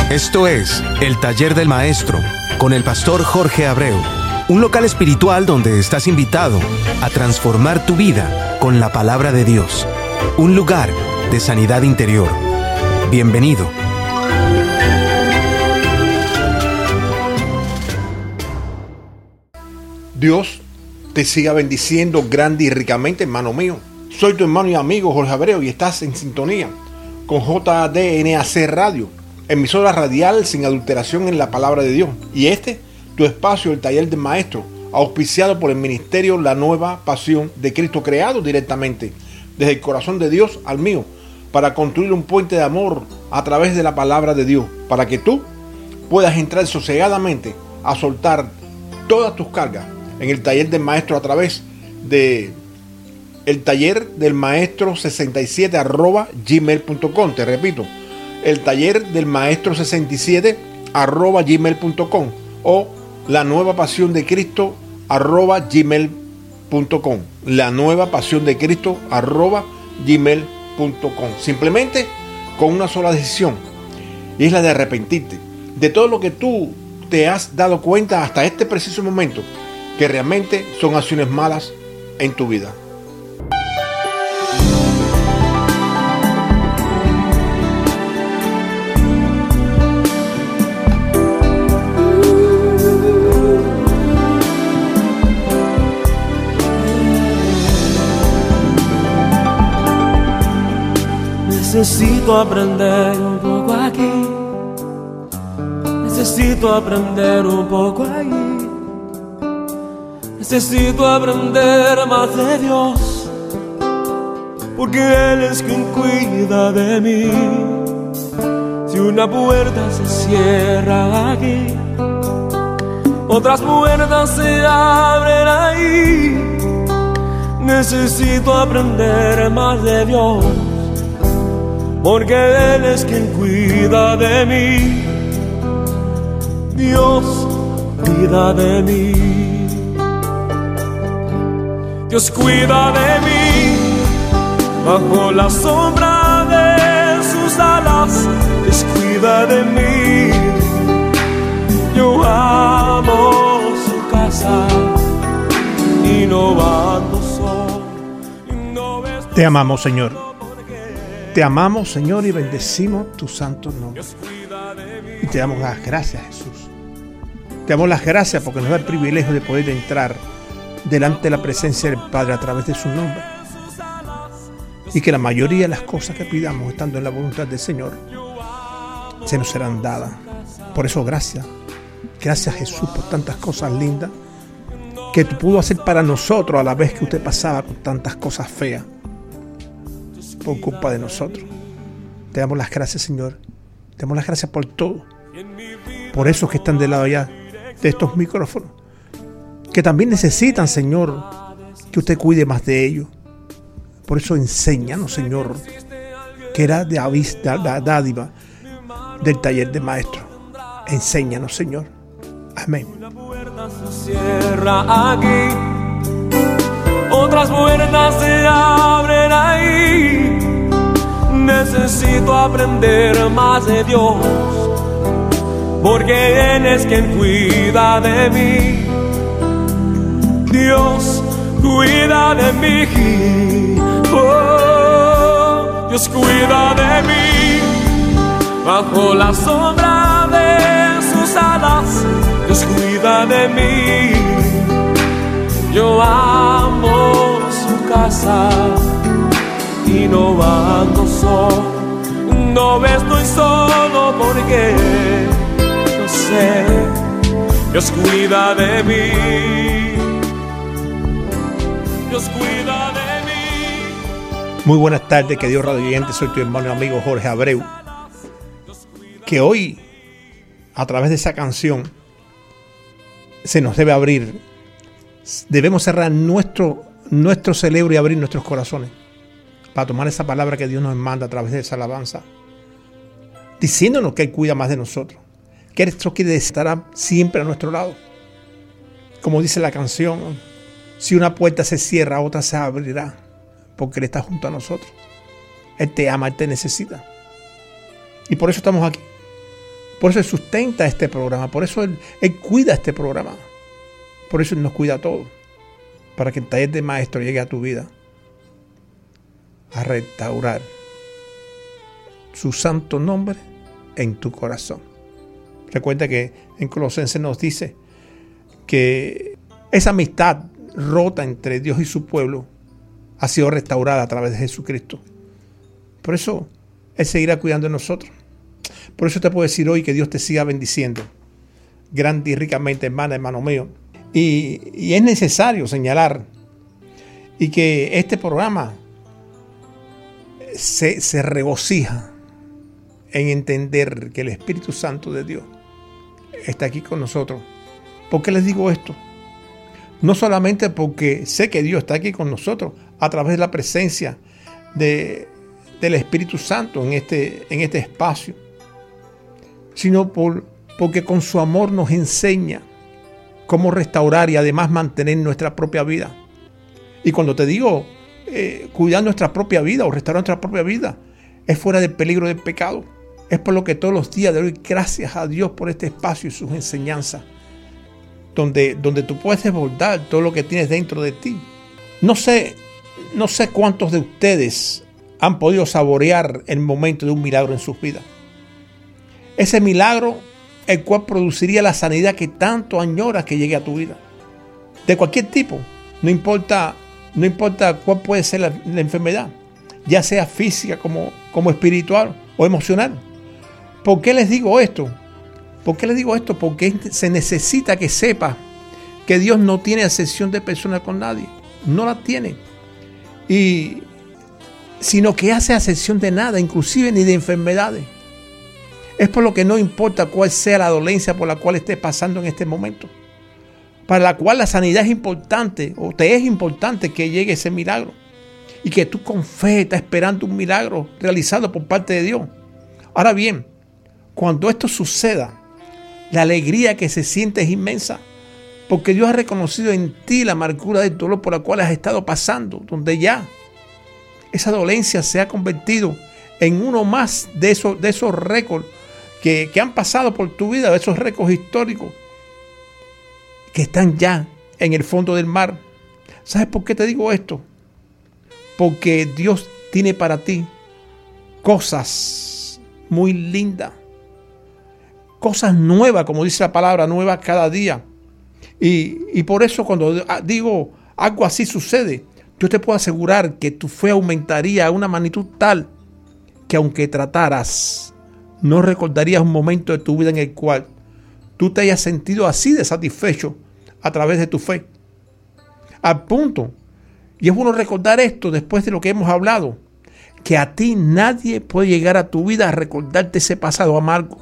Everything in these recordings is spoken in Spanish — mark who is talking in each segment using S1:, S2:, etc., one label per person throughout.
S1: Esto es El Taller del Maestro, con el pastor Jorge Abreu. Un local espiritual donde estás invitado a transformar tu vida con la palabra de Dios. Un lugar de sanidad interior. Bienvenido.
S2: Dios te siga bendiciendo grande y ricamente, hermano mío. Soy tu hermano y amigo Jorge Abreu y estás en sintonía con JDNAC Radio, emisora radial sin adulteración en la palabra de Dios. Y tu espacio, el Taller del Maestro, auspiciado por el ministerio La Nueva Pasión de Cristo, creado directamente desde el corazón de Dios al mío, para construir un puente de amor a través de la palabra de Dios, para que tú puedas entrar sosegadamente a soltar todas tus cargas en el Taller del Maestro a través de el taller del maestro 67 @gmail.com. Te repito, el taller del maestro 67 @gmail.com o la nueva pasión de Cristo @gmail.com. La nueva pasión de Cristo @gmail.com. Simplemente con una sola decisión, y es la de arrepentirte de todo lo que tú te has dado cuenta hasta este preciso momento que realmente son acciones malas en tu vida.
S3: Necesito aprender un poco aquí, necesito aprender un poco allí, necesito aprender más de Dios, porque Él es quien cuida de mí. Si una puerta se cierra aquí, otras puertas se abren ahí. Necesito aprender más de Dios, porque Él es quien cuida de mí. Dios cuida de mí. Dios cuida de mí. Bajo la sombra de sus alas, Dios cuida de mí. Yo amo su casa y no ando solo.
S2: Te amamos, Señor. Te amamos, Señor, y bendecimos tu santo nombre. Y te damos las gracias, Jesús. Te damos las gracias porque nos da el privilegio de poder entrar delante de la presencia del Padre a través de su nombre. Y que la mayoría de las cosas que pidamos, estando en la voluntad del Señor, se nos serán dadas. Por eso, gracias. Gracias, Jesús, por tantas cosas lindas que tú pudo hacer para nosotros a la vez que usted pasaba con tantas cosas feas por culpa de nosotros. Te damos las gracias, Señor. Te damos las gracias por todo. Por esos que están del lado allá de estos micrófonos, que también necesitan, Señor, que usted cuide más de ellos. Por eso enséñanos, Señor, que era de la dádiva del taller de maestro. Enséñanos, Señor. Amén.
S3: Una puerta se cierra aquí, otras puertas se abren ahí. Necesito aprender más de Dios, porque Él es quien cuida de mí. Dios cuida de mí. Oh, Dios cuida de mí. Bajo la sombra de sus alas, Dios cuida de mí. Yo amo su casa y no ando solo. No estoy solo porque yo sé, Dios cuida de mí. Dios cuida de mí.
S2: Muy buenas tardes, que Dios radio oyente. Soy tu hermano y amigo Jorge Abreu. Que hoy, a través de esa canción, se nos debe abrir. Debemos cerrar nuestro cerebro y abrir nuestros corazones para tomar esa palabra que Dios nos manda a través de esa alabanza, diciéndonos que Él cuida más de nosotros, que Él quiere estar siempre a nuestro lado. Como dice la canción, si una puerta se cierra, otra se abrirá, porque Él está junto a nosotros. Él te ama, Él te necesita. Y por eso estamos aquí, Por eso Él sustenta este programa. Por eso Él cuida este programa. Por eso Él nos cuida a todos. Para que el taller de maestro llegue a tu vida a restaurar su santo nombre en tu corazón. Recuerda que en Colosenses nos dice que esa amistad rota entre Dios y su pueblo ha sido restaurada a través de Jesucristo. Por eso Él seguirá cuidando de nosotros. Por eso te puedo decir hoy que Dios te siga bendiciendo grande y ricamente, hermano mío. Y es necesario señalar y que este programa se regocija en entender que el Espíritu Santo de Dios está aquí con nosotros. ¿Por qué les digo esto? No solamente porque sé que Dios está aquí con nosotros a través de la presencia del Espíritu Santo en este espacio, sino porque con su amor nos enseña cómo restaurar y además mantener nuestra propia vida. Y cuando te digo cuidar nuestra propia vida o restaurar nuestra propia vida, es fuera del peligro del pecado. Es por lo que todos los días doy gracias a Dios por este espacio y sus enseñanzas, donde tú puedes desbordar todo lo que tienes dentro de ti. No sé cuántos de ustedes han podido saborear el momento de un milagro en sus vidas. Ese milagro, el cual produciría la sanidad que tanto añoras que llegue a tu vida. De cualquier tipo, no importa cuál puede ser la enfermedad, ya sea física como espiritual o emocional. ¿Por qué les digo esto? Porque se necesita que sepas que Dios no tiene acepción de personas con nadie. No la tiene. Sino que hace acepción de nada, inclusive ni de enfermedades. Es por lo que no importa cuál sea la dolencia por la cual estés pasando en este momento, para la cual la sanidad es importante, o te es importante que llegue ese milagro, y que tú con fe estás esperando un milagro realizado por parte de Dios. Ahora bien, cuando esto suceda, la alegría que se siente es inmensa, porque Dios ha reconocido en ti la amargura del dolor por la cual has estado pasando, donde ya esa dolencia se ha convertido en uno más de esos récords que han pasado por tu vida, esos récords históricos que están ya en el fondo del mar. ¿Sabes por qué te digo esto? Porque Dios tiene para ti cosas muy lindas, cosas nuevas, como dice la palabra, nuevas cada día. Y por eso cuando digo algo así sucede, yo te puedo asegurar que tu fe aumentaría a una magnitud tal que aunque trataras, no recordarías un momento de tu vida en el cual tú te hayas sentido así de satisfecho a través de tu fe. Al punto, y es bueno recordar esto después de lo que hemos hablado, que a ti nadie puede llegar a tu vida a recordarte ese pasado amargo.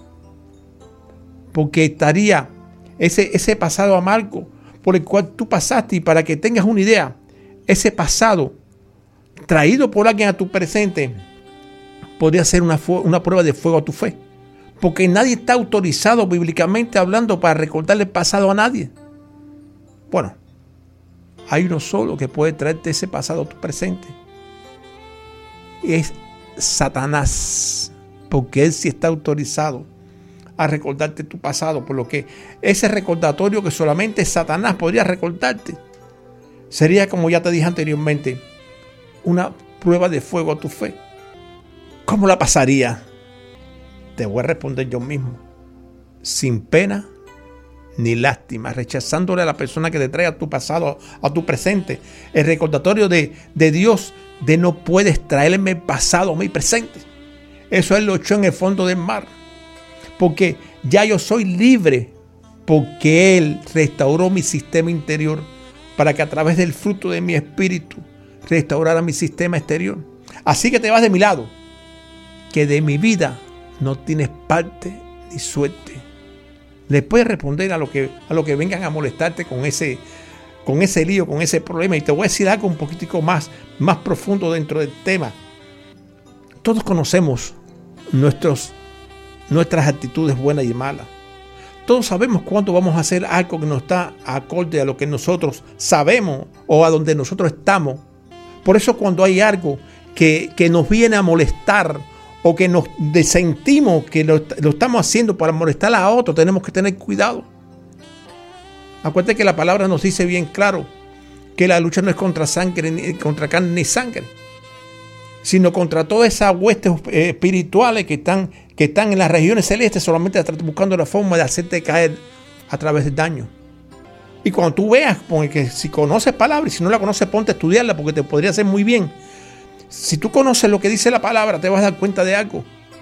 S2: Porque estaría ese pasado amargo por el cual tú pasaste, y para que tengas una idea, ese pasado traído por alguien a tu presente podría ser una prueba de fuego a tu fe. Porque nadie está autorizado bíblicamente hablando para recordarle el pasado a nadie. Bueno, hay uno solo que puede traerte ese pasado a tu presente. Y es Satanás. Porque él sí está autorizado a recordarte tu pasado. Por lo que ese recordatorio que solamente Satanás podría recordarte sería, como ya te dije anteriormente, una prueba de fuego a tu fe. ¿Cómo la pasaría? Te voy a responder yo mismo. Sin pena ni lástima, rechazándole a la persona que te traiga tu pasado a tu presente. El recordatorio de Dios de no puedes traerme el pasado a mi presente. Eso Él lo echó en el fondo del mar. Porque ya yo soy libre, porque Él restauró mi sistema interior para que a través del fruto de mi espíritu restaurara mi sistema exterior. Así que te vas de mi lado, que de mi vida no tienes parte ni suerte. Le puedes responder a lo que vengan a molestarte con ese lío, con ese problema. Y te voy a decir algo un poquitico más profundo dentro del tema. Todos conocemos nuestras actitudes buenas y malas. Todos sabemos cuándo vamos a hacer algo que no está acorde a lo que nosotros sabemos o a donde nosotros estamos. Por eso cuando hay algo que nos viene a molestar o que nos sentimos que lo estamos haciendo para molestar a otro, tenemos que tener cuidado. Acuérdate que la palabra nos dice bien claro que la lucha no es contra carne ni sangre, sino contra todas esas huestes espirituales que están en las regiones celestes, solamente buscando la forma de hacerte caer a través del daño. Y cuando tú veas, porque si conoces palabra y si no la conoces, ponte a estudiarla porque te podría hacer muy bien. Si tú conoces lo que dice la palabra, te vas a dar cuenta de algo.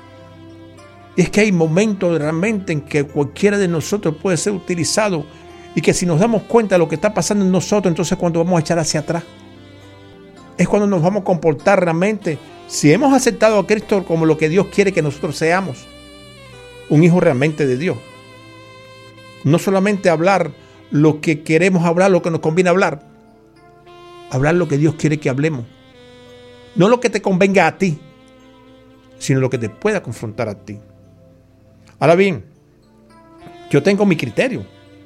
S2: Y es que hay momentos realmente en que cualquiera de nosotros puede ser utilizado y que si nos damos cuenta de lo que está pasando en nosotros, entonces cuando vamos a echar hacia atrás, es cuando nos vamos a comportar realmente. Si hemos aceptado a Cristo como lo que Dios quiere que nosotros seamos, un hijo realmente de Dios. No solamente hablar lo que queremos hablar, lo que nos conviene hablar lo que Dios quiere que hablemos. No lo que te convenga a ti, sino lo que te pueda confrontar a ti. Ahora bien, yo tengo mi criterio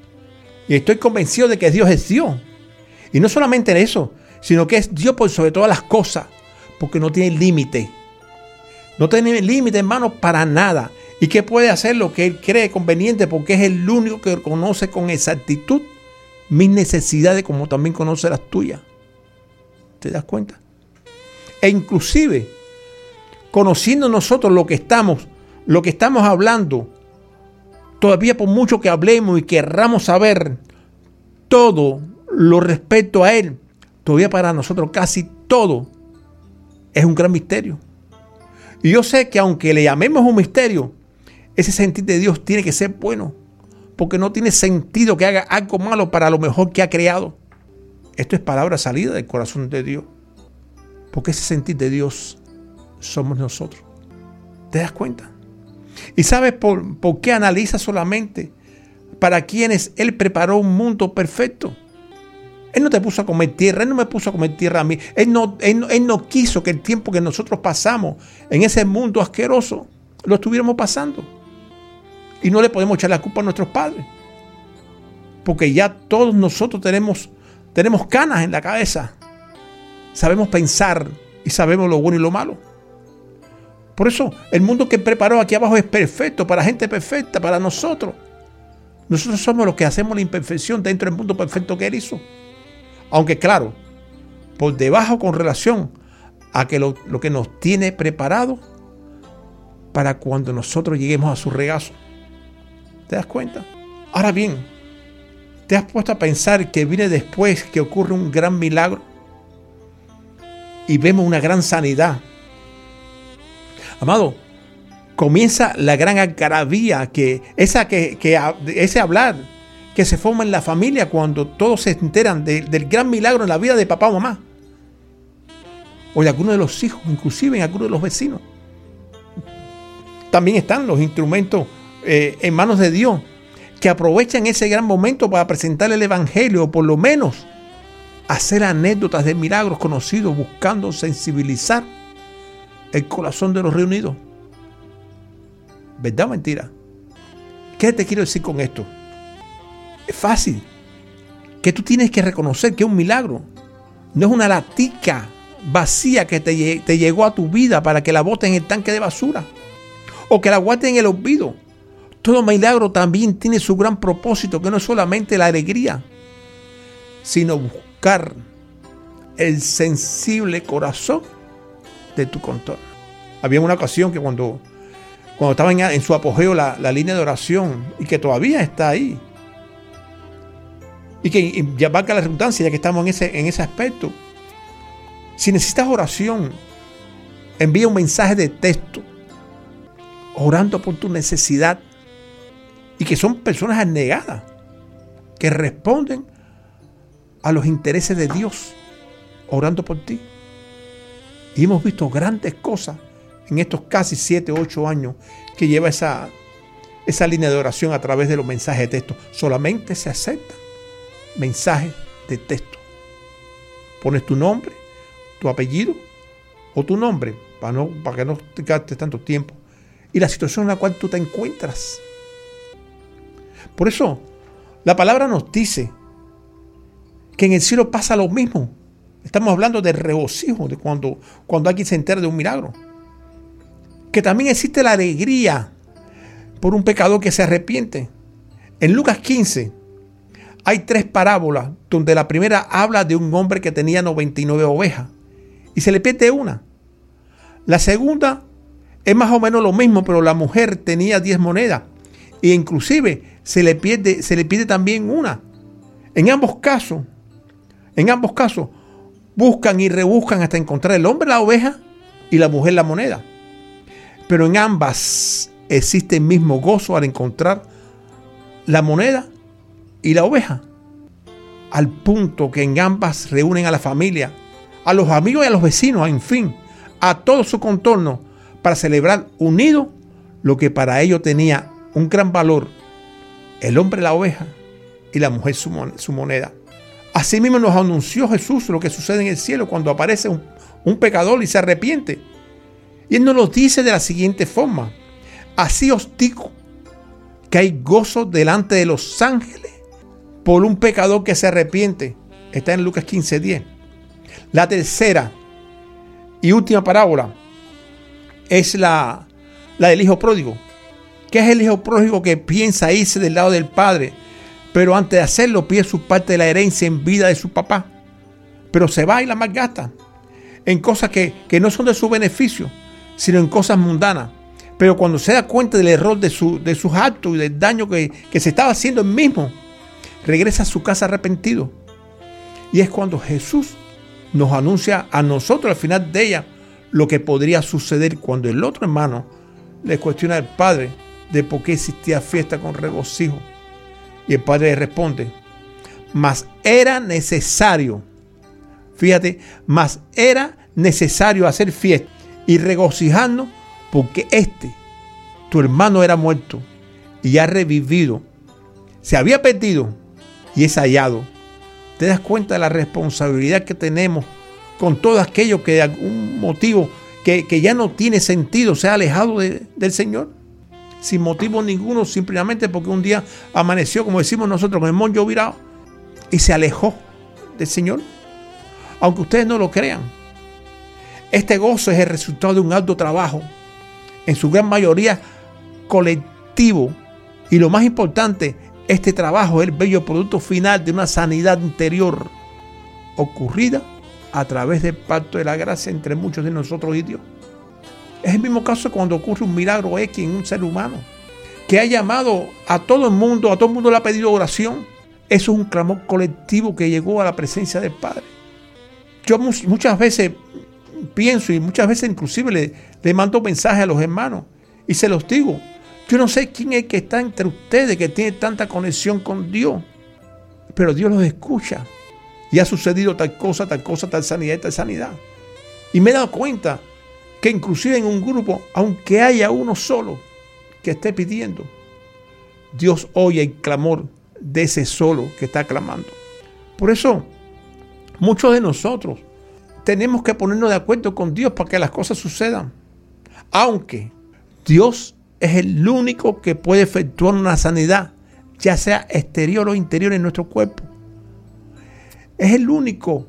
S2: y estoy convencido de que Dios es Dios. Y no solamente en eso, sino que es Dios por sobre todas las cosas, porque no tiene límite. No tiene límite, hermano, para nada. Y que puede hacer lo que Él cree conveniente, porque es el único que conoce con exactitud mis necesidades, como también conoce las tuyas. ¿Te das cuenta? E inclusive, conociendo nosotros lo que estamos hablando, todavía por mucho que hablemos y querramos saber todo lo respecto a Él, todavía para nosotros casi todo es un gran misterio. Y yo sé que aunque le llamemos un misterio, ese sentir de Dios tiene que ser bueno, porque no tiene sentido que haga algo malo para lo mejor que ha creado. Esto es palabra salida del corazón de Dios, porque ese sentir de Dios somos nosotros. ¿Te das cuenta? ¿Y sabes por qué analiza solamente para quienes Él preparó un mundo perfecto? Él no te puso a comer tierra, Él no me puso a comer tierra a mí. Él no quiso que el tiempo que nosotros pasamos en ese mundo asqueroso lo estuviéramos pasando. Y no le podemos echar la culpa a nuestros padres, porque ya todos nosotros tenemos canas en la cabeza. Sabemos pensar y sabemos lo bueno y lo malo. Por eso el mundo que preparó aquí abajo es perfecto, para gente perfecta, para nosotros. Nosotros somos los que hacemos la imperfección dentro del mundo perfecto que Él hizo. Aunque claro, por debajo con relación a que lo que nos tiene preparado para cuando nosotros lleguemos a su regazo. ¿Te das cuenta? Ahora bien, ¿te has puesto a pensar que viene después que ocurre un gran milagro y vemos una gran sanidad? Amado, comienza la gran algarabía, ese hablar que se forma en la familia cuando todos se enteran del gran milagro en la vida de papá o mamá, o de alguno de los hijos, inclusive en algunos de los vecinos. También están los instrumentos en manos de Dios, que aprovechan ese gran momento para presentar el evangelio, o por lo menos hacer anécdotas de milagros conocidos, buscando sensibilizar el corazón de los reunidos. ¿Verdad o mentira? ¿Qué te quiero decir con esto? Es fácil, que tú tienes que reconocer que es un milagro. No es una latica vacía que te llegó a tu vida para que la botes en el tanque de basura o que la guardes en el olvido. Todo milagro también tiene su gran propósito, que no es solamente la alegría, sino buscar el sensible corazón de tu contorno. Había una ocasión que cuando estaba en su apogeo la línea de oración, y que todavía está ahí, y ya valga la redundancia, ya que estamos en ese aspecto. Si necesitas oración, envía un mensaje de texto orando por tu necesidad, y que son personas abnegadas que responden a los intereses de Dios orando por ti. Y hemos visto grandes cosas en estos casi 7 o 8 años que lleva esa línea de oración a través de los mensajes de texto. Solamente se aceptan mensajes de texto. Pones tu nombre, tu apellido o tu nombre para que no te gastes tanto tiempo, y la situación en la cual tú te encuentras. Por eso la palabra nos dice que en el cielo pasa lo mismo. Estamos hablando de regocijo, de cuando alguien se entera de un milagro. que también existe la alegría por un pecador que se arrepiente. En Lucas 15 hay 3 parábolas, donde la primera habla de un hombre que tenía 99 ovejas y se le pierde una. La segunda es más o menos lo mismo, pero la mujer tenía 10 monedas e inclusive se le pierde también una. En ambos casos, buscan y rebuscan hasta encontrar el hombre la oveja y la mujer la moneda. Pero en ambas existe el mismo gozo al encontrar la moneda y la oveja. Al punto que en ambas reúnen a la familia, a los amigos y a los vecinos, en fin, a todo su contorno, para celebrar unidos lo que para ellos tenía un gran valor: el hombre la oveja y la mujer su moneda. Asimismo nos anunció Jesús lo que sucede en el cielo cuando aparece un pecador y se arrepiente. Y Él nos lo dice de la siguiente forma: así os digo que hay gozo delante de los ángeles por un pecador que se arrepiente. Está en Lucas 15:10. La tercera y última parábola es la del hijo pródigo. ¿Qué es el hijo pródigo que piensa irse del lado del padre, pero antes de hacerlo pide su parte de la herencia en vida de su papá? Pero se va y la malgasta en cosas que no son de su beneficio, sino en cosas mundanas. Pero cuando se da cuenta del error de sus actos y del daño que se estaba haciendo él mismo, regresa a su casa arrepentido. Y es cuando Jesús nos anuncia a nosotros al final de ella lo que podría suceder cuando el otro hermano le cuestiona al padre de por qué existía fiesta con regocijo. Y el padre le responde: mas era necesario, fíjate, mas era necesario hacer fiesta y regocijarnos, porque tu hermano era muerto y ha revivido, se había perdido y es hallado. ¿Te das cuenta de la responsabilidad que tenemos con todo aquello que de algún motivo que ya no tiene sentido se ha alejado del Señor? Sin motivo ninguno, simplemente porque un día amaneció, como decimos nosotros, con el monyo virado y se alejó del Señor. Aunque ustedes no lo crean, este gozo es el resultado de un arduo trabajo, en su gran mayoría colectivo, y lo más importante, este trabajo es el bello producto final de una sanidad interior ocurrida a través del pacto de la gracia entre muchos de nosotros y Dios. Es el mismo caso cuando ocurre un milagro X en un ser humano que ha llamado a todo el mundo le ha pedido oración. Eso es un clamor colectivo que llegó a la presencia del Padre. Yo muchas veces pienso, y muchas veces inclusive le mando mensajes a los hermanos y se los digo: yo no sé quién es el que está entre ustedes que tiene tanta conexión con Dios, pero Dios los escucha. Y ha sucedido tal cosa, tal sanidad y tal sanidad. Y me he dado cuenta que inclusive en un grupo, aunque haya uno solo que esté pidiendo, Dios oye el clamor de ese solo que está clamando. Por eso, muchos de nosotros tenemos que ponernos de acuerdo con Dios para que las cosas sucedan. Aunque Dios es el único que puede efectuar una sanidad, ya sea exterior o interior en nuestro cuerpo. Es el único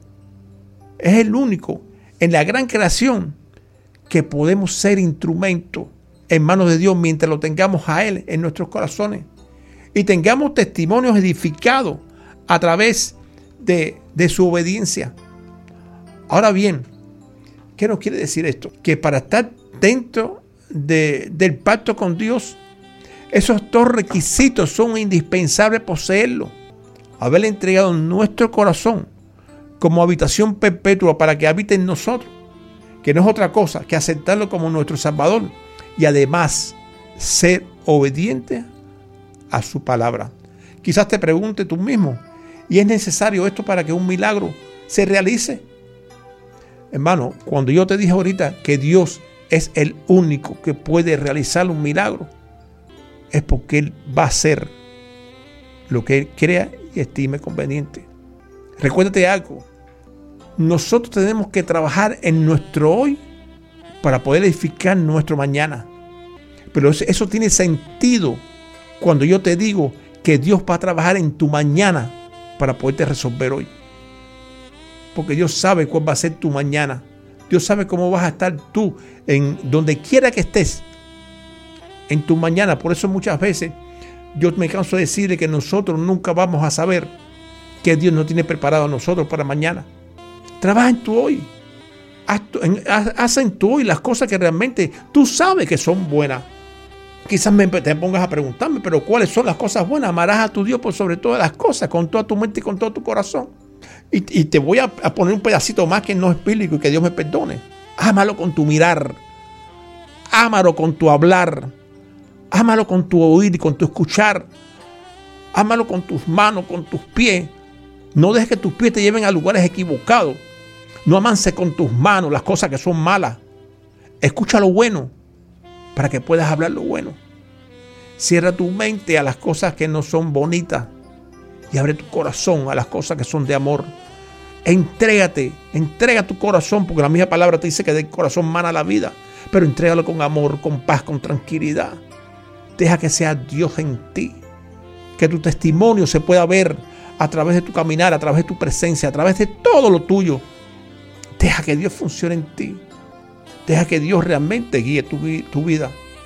S2: en la gran creación que podemos ser instrumentos en manos de Dios mientras lo tengamos a Él en nuestros corazones y tengamos testimonios edificados a través de su obediencia. Ahora bien, ¿qué nos quiere decir esto? Que para estar dentro del pacto con Dios, esos 2 requisitos son indispensables poseerlo: haberle entregado nuestro corazón como habitación perpetua para que habite en nosotros, que no es otra cosa que aceptarlo como nuestro Salvador, y además ser obediente a su palabra. Quizás te pregunte tú mismo: ¿y es necesario esto para que un milagro se realice? Hermano, cuando yo te dije ahorita que Dios es el único que puede realizar un milagro, es porque Él va a hacer lo que Él crea y estime conveniente. Recuérdate algo: nosotros tenemos que trabajar en nuestro hoy para poder edificar nuestro mañana. Pero eso tiene sentido cuando yo te digo que Dios va a trabajar en tu mañana para poderte resolver hoy. Porque Dios sabe cuál va a ser tu mañana. Dios sabe cómo vas a estar tú en donde quiera que estés en tu mañana. Por eso muchas veces yo me canso de decirle que nosotros nunca vamos a saber que Dios nos tiene preparado a nosotros para mañana. Trabaja en tu hoy. Haz en tu hoy las cosas que realmente tú sabes que son buenas. Quizás te pongas a preguntarme, pero ¿cuáles son las cosas buenas? Amarás a tu Dios por sobre todas las cosas, con toda tu mente y con todo tu corazón. Y te voy a poner un pedacito más que no es bíblico y que Dios me perdone. Ámalo con tu mirar. Ámalo con tu hablar. Ámalo con tu oír y con tu escuchar. Ámalo con tus manos, con tus pies. No dejes que tus pies te lleven a lugares equivocados. No amanses con tus manos las cosas que son malas. Escucha lo bueno para que puedas hablar lo bueno. Cierra tu mente a las cosas que no son bonitas y abre tu corazón a las cosas que son de amor. Entrégate, entrega tu corazón, porque la misma palabra te dice que del corazón mana la vida, pero entrégalo con amor, con paz, con tranquilidad. Deja que sea Dios en ti, que tu testimonio se pueda ver a través de tu caminar, a través de tu presencia, a través de todo lo tuyo. Deja que Dios funcione en ti. Deja que Dios realmente guíe tu vida.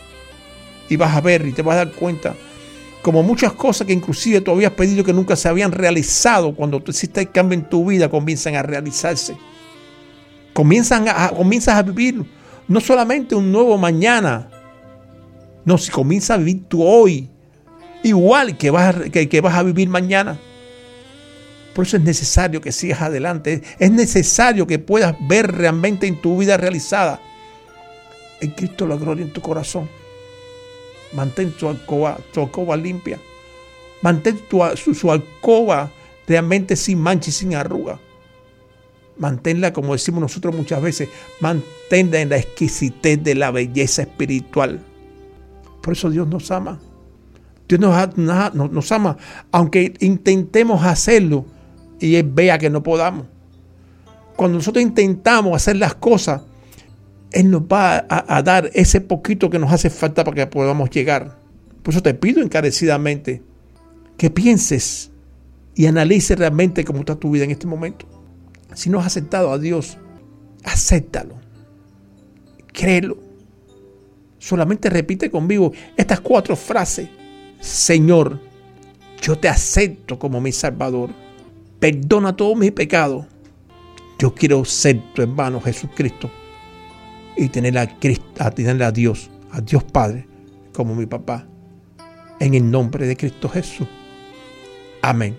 S2: Y vas a ver y te vas a dar cuenta como muchas cosas que inclusive tú habías pedido que nunca se habían realizado, cuando tú hiciste el cambio en tu vida, comienzan a realizarse. Comienzas a vivir no solamente un nuevo mañana, no, si comienzas a vivir tu hoy, igual que vas a vivir mañana. Por eso es necesario que sigas adelante. Es necesario que puedas ver realmente en tu vida realizada en Cristo la gloria en tu corazón. Mantén tu alcoba limpia. Mantén su alcoba realmente sin mancha y sin arruga. Manténla, como decimos nosotros muchas veces, manténla en la exquisitez de la belleza espiritual. Por eso Dios nos ama. Dios nos ama, aunque intentemos hacerlo y Él vea que no podamos. Cuando nosotros intentamos hacer las cosas, Él nos va a dar ese poquito que nos hace falta para que podamos llegar. Por eso te pido encarecidamente que pienses y analices realmente cómo está tu vida en este momento. Si no has aceptado a Dios, acéptalo. Créelo. Solamente repite conmigo estas 4 frases. Señor, yo te acepto como mi Salvador. Perdona todos mis pecados. Yo quiero ser tu hermano Jesucristo y tener a Dios Padre como mi papá. En el nombre de Cristo Jesús. Amén.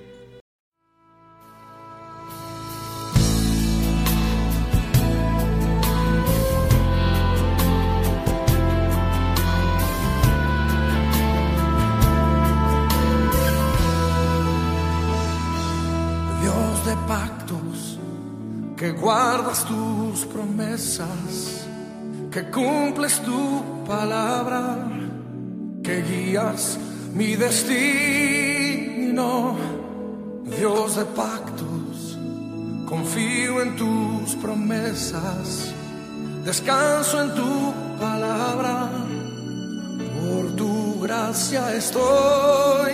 S4: Dios de pactos, que guardas tus promesas, que cumples tu palabra, que guías mi destino. Dios de pactos, confío en tus promesas, descanso en tu palabra. Por tu gracia estoy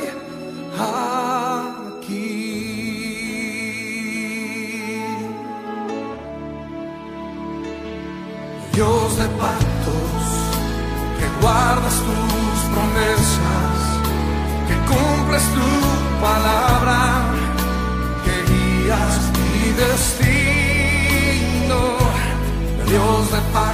S4: aquí. Dios de pactos, que guardas tus promesas, que cumples tu palabra, que guías mi destino. Dios de pactos,